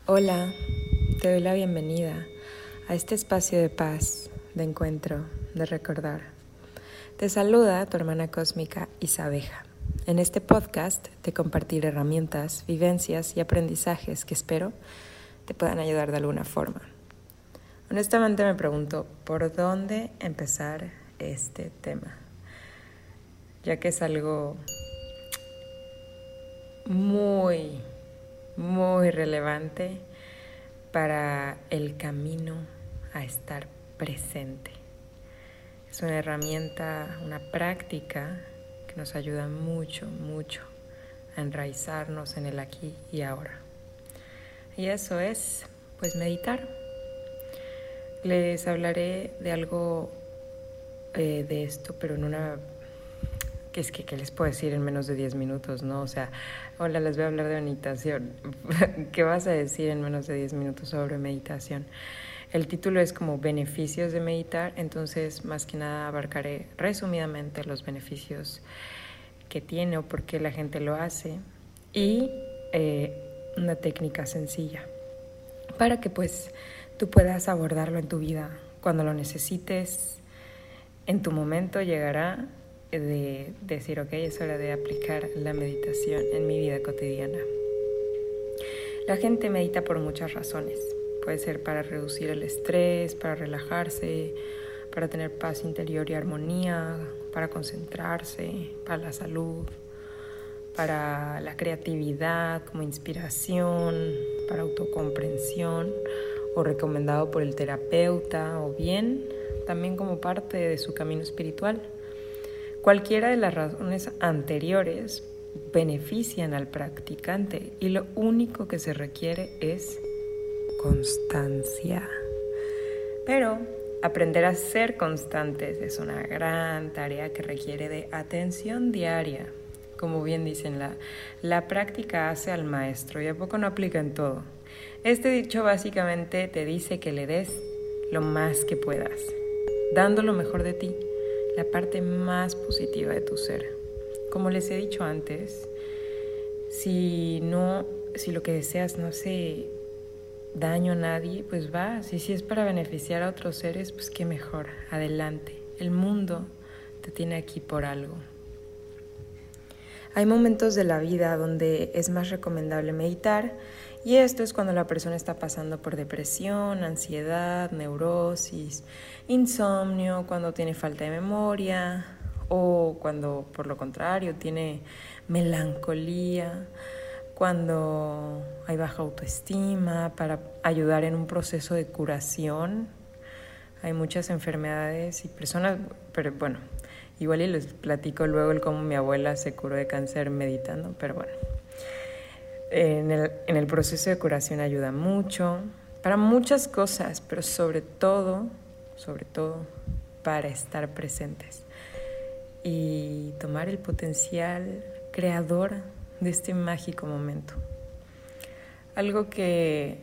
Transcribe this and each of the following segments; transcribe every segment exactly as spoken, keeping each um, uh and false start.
Hola, te doy la bienvenida a este espacio de paz, de encuentro, de recordar. Te saluda tu hermana cósmica Isabeja. En este podcast te compartiré herramientas, vivencias y aprendizajes que espero te puedan ayudar de alguna forma. Honestamente me pregunto, ¿por dónde empezar este tema? Ya que es algo muy, muy relevante para el camino a estar presente. Es una herramienta, una práctica que nos ayuda mucho, mucho a enraizarnos en el aquí y ahora. Y eso es, pues, meditar. Les hablaré de algo eh, de esto, pero en una... que es que, ¿qué les puedo decir en menos de diez minutos, no? O sea, hola, les voy a hablar de meditación. ¿Qué vas a decir en menos de diez minutos sobre meditación? El título es como beneficios de meditar, entonces más que nada abarcaré resumidamente los beneficios que tiene o por qué la gente lo hace y eh, una técnica sencilla para que pues tú puedas abordarlo en tu vida cuando lo necesites. En tu momento llegará de decir, ok, es hora de aplicar la meditación en mi vida cotidiana. La gente medita por muchas razones. Puede ser para reducir el estrés, para relajarse, para tener paz interior y armonía, para concentrarse, para la salud, para la creatividad como inspiración, para autocomprensión o recomendado por el terapeuta o bien también como parte de su camino espiritual. Cualquiera de las razones anteriores benefician al practicante y lo único que se requiere es constancia. Pero aprender a ser constantes es una gran tarea que requiere de atención diaria. Como bien dicen, la, la práctica hace al maestro y a poco no aplica en todo. Este dicho básicamente te dice que le des lo más que puedas, dando lo mejor de ti, la parte más positiva de tu ser. Como les he dicho antes, si no, si lo que deseas no hace daño a nadie, pues vas. Y si es para beneficiar a otros seres, pues qué mejor, adelante. El mundo te tiene aquí por algo. Hay momentos de la vida donde es más recomendable meditar y esto es cuando la persona está pasando por depresión, ansiedad, neurosis, insomnio, cuando tiene falta de memoria o cuando por lo contrario tiene melancolía, cuando hay baja autoestima, para ayudar en un proceso de curación. Hay muchas enfermedades y personas, pero bueno, igual y les platico luego el cómo mi abuela se curó de cáncer meditando, pero bueno. En el, en el proceso de curación ayuda mucho, para muchas cosas, pero sobre todo, sobre todo, para estar presentes y tomar el potencial creador de este mágico momento. Algo que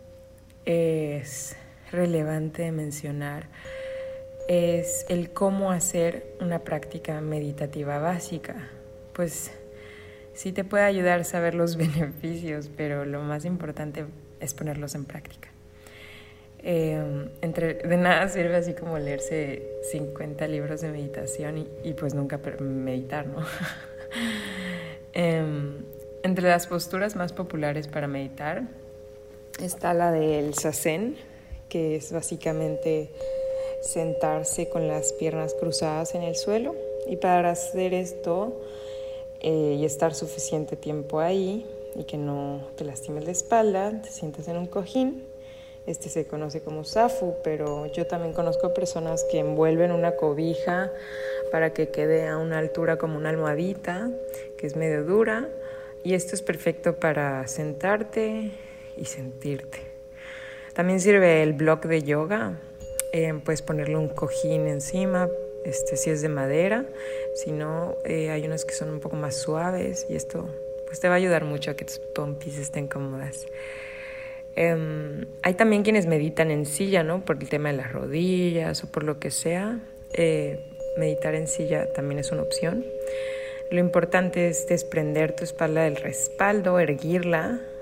es relevante de mencionar es el cómo hacer una práctica meditativa básica. Pues sí te puede ayudar a saber los beneficios, pero lo más importante es ponerlos en práctica. Eh, entre, de nada sirve así como leerse cincuenta libros de meditación y, y pues nunca meditar, ¿no? eh, entre las posturas más populares para meditar está la del zazen, que es básicamente sentarse con las piernas cruzadas en el suelo, y para hacer esto eh, y estar suficiente tiempo ahí y que no te lastimes la espalda, te sientas en un cojín. Este se conoce como zafu, pero yo también conozco personas que envuelven una cobija para que quede a una altura como una almohadita, que es medio dura, y esto es perfecto para sentarte y sentirte. También sirve el block de yoga. Eh, puedes ponerle un cojín encima, este, si es de madera, si no, eh, hay unos que son un poco más suaves y esto pues te va a ayudar mucho a que tus pompis estén cómodas. Eh, hay también quienes meditan en silla, ¿no? Por el tema de las rodillas o por lo que sea. Eh, meditar en silla también es una opción. Lo importante es desprender tu espalda del respaldo, erguirla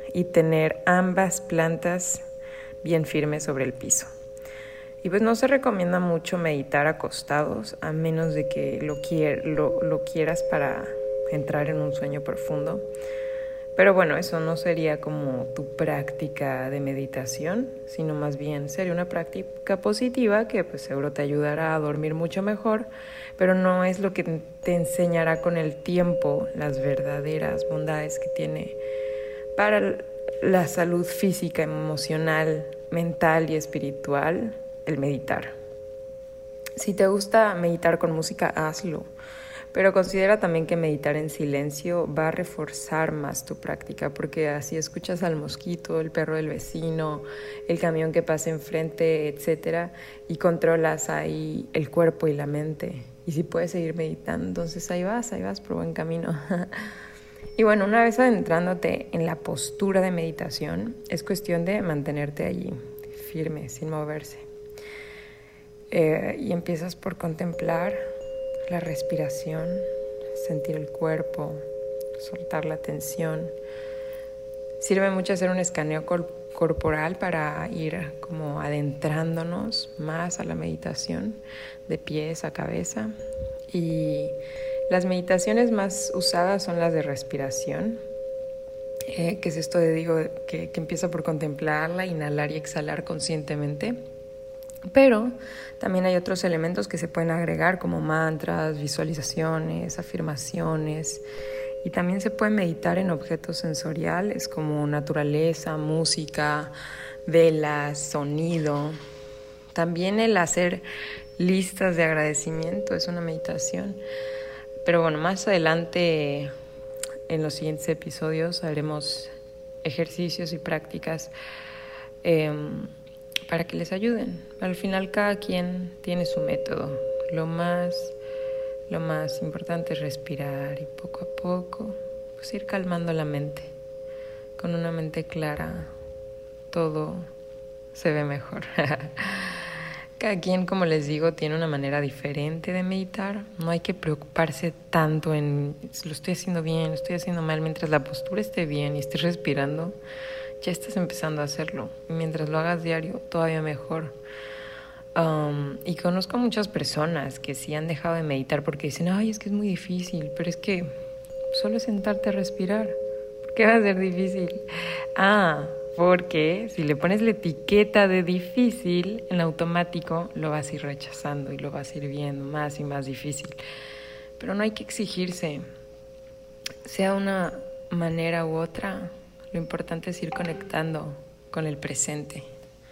y tener ambas plantas bien firmes sobre el piso. Y pues no se recomienda mucho meditar acostados, a menos de que lo, quier, lo, lo quieras para entrar en un sueño profundo. Pero bueno, eso no sería como tu práctica de meditación, sino más bien sería una práctica positiva que pues seguro te ayudará a dormir mucho mejor, pero no es lo que te enseñará con el tiempo las verdaderas bondades que tiene para la salud física, emocional, mental y espiritual el meditar. Si te gusta meditar con música, hazlo. Pero considera también que meditar en silencio va a reforzar más tu práctica, porque así escuchas al mosquito, el perro del vecino, el camión que pasa enfrente, etcétera, y controlas ahí el cuerpo y la mente. Y si puedes seguir meditando, entonces ahí vas, ahí vas por buen camino. Y bueno, una vez adentrándote en la postura de meditación, es cuestión de mantenerte allí, firme, sin moverse. Eh, y empiezas por contemplar la respiración, sentir el cuerpo, soltar la tensión. Sirve mucho hacer un escaneo cor- corporal para ir como adentrándonos más a la meditación, de pies a cabeza. Y las meditaciones más usadas son las de respiración, eh, que es esto de digo que, que empieza por contemplarla, inhalar y exhalar conscientemente. Pero también hay otros elementos que se pueden agregar como mantras, visualizaciones, afirmaciones, y también se puede meditar en objetos sensoriales como naturaleza, música, velas, sonido. También el hacer listas de agradecimiento es una meditación. Pero bueno, más adelante en los siguientes episodios haremos ejercicios y prácticas eh, para que les ayuden. Al final cada quien tiene su método. Lo más, lo más importante es respirar y poco a poco pues ir calmando la mente. Con una mente clara todo se ve mejor. Cada quien, como les digo, tiene una manera diferente de meditar. No hay que preocuparse tanto en lo estoy haciendo bien, lo estoy haciendo mal. Mientras la postura esté bien y estés respirando, ya estás empezando a hacerlo. Y mientras lo hagas diario, todavía mejor. Um, y conozco muchas personas que sí han dejado de meditar porque dicen, ay, es que es muy difícil, pero es que solo es sentarte a respirar. ¿Por qué va a ser difícil? Ah, porque si le pones la etiqueta de difícil, en automático lo vas a ir rechazando y lo vas a ir viendo más y más difícil. Pero no hay que exigirse, sea una manera u otra. Lo importante es ir conectando con el presente.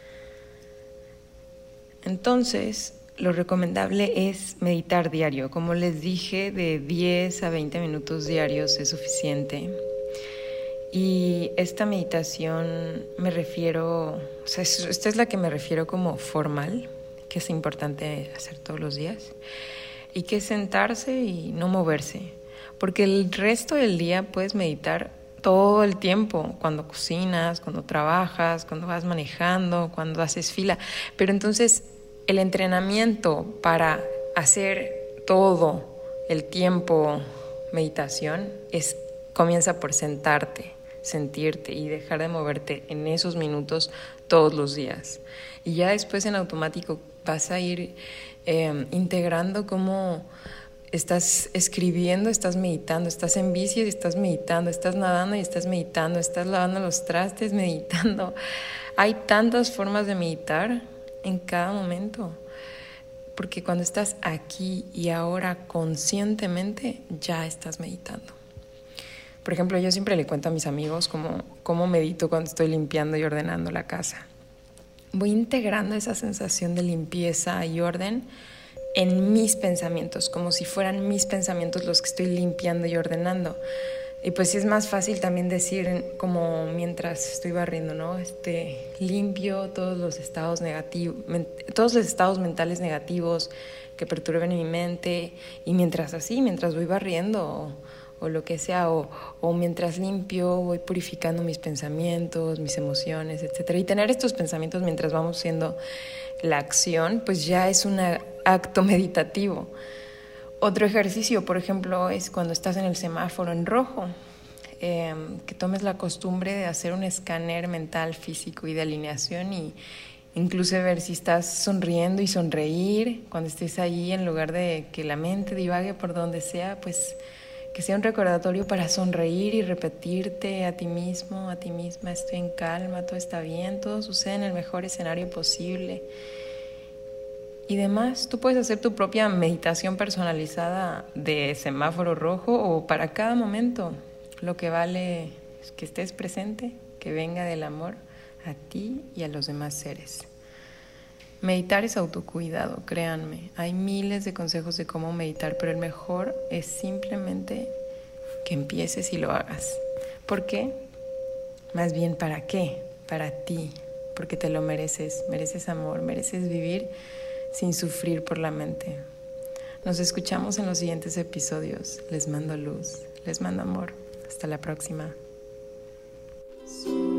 Entonces, lo recomendable es meditar diario. Como les dije, de diez a veinte minutos diarios es suficiente. Y esta meditación me refiero, o sea, esta es la que me refiero como formal, que es importante hacer todos los días, y que es sentarse y no moverse, porque el resto del día puedes meditar todo el tiempo, cuando cocinas, cuando trabajas, cuando vas manejando, cuando haces fila, pero entonces el entrenamiento para hacer todo el tiempo meditación es, comienza por sentarte, sentirte y dejar de moverte en esos minutos todos los días. Y ya después en automático vas a ir eh, integrando cómo estás escribiendo, estás meditando, estás en bici y estás meditando, estás nadando y estás meditando, estás lavando los trastes, meditando. Hay tantas formas de meditar en cada momento, porque cuando estás aquí y ahora conscientemente ya estás meditando. Por ejemplo, yo siempre le cuento a mis amigos cómo, cómo medito cuando estoy limpiando y ordenando la casa. Voy integrando esa sensación de limpieza y orden en mis pensamientos, como si fueran mis pensamientos los que estoy limpiando y ordenando. Y pues sí es más fácil también decir como mientras estoy barriendo, ¿no? Este, limpio todos los estados negativos, todos los estados mentales negativos que perturben mi mente, y mientras así, mientras voy barriendo o, o lo que sea, o, o mientras limpio voy purificando mis pensamientos, mis emociones, etcétera. Y tener estos pensamientos mientras vamos haciendo la acción, pues ya es un acto meditativo. Otro ejercicio, por ejemplo, es cuando estás en el semáforo en rojo. eh, que tomes la costumbre de hacer un escáner mental, físico y de alineación y incluso ver si estás sonriendo y sonreír cuando estés ahí, en lugar de que la mente divague por donde sea, pues que sea un recordatorio para sonreír y repetirte a ti mismo, a ti misma: estoy en calma, todo está bien, todo sucede en el mejor escenario posible. Y demás, tú puedes hacer tu propia meditación personalizada de semáforo rojo o para cada momento. Lo que vale es que estés presente, que venga del amor a ti y a los demás seres. Meditar es autocuidado, créanme. Hay miles de consejos de cómo meditar, pero el mejor es simplemente que empieces y lo hagas. ¿Por qué? Más bien, ¿para qué? Para ti, porque te lo mereces. Mereces amor, mereces vivir sin sufrir por la mente. Nos escuchamos en los siguientes episodios. Les mando luz, les mando amor. Hasta la próxima.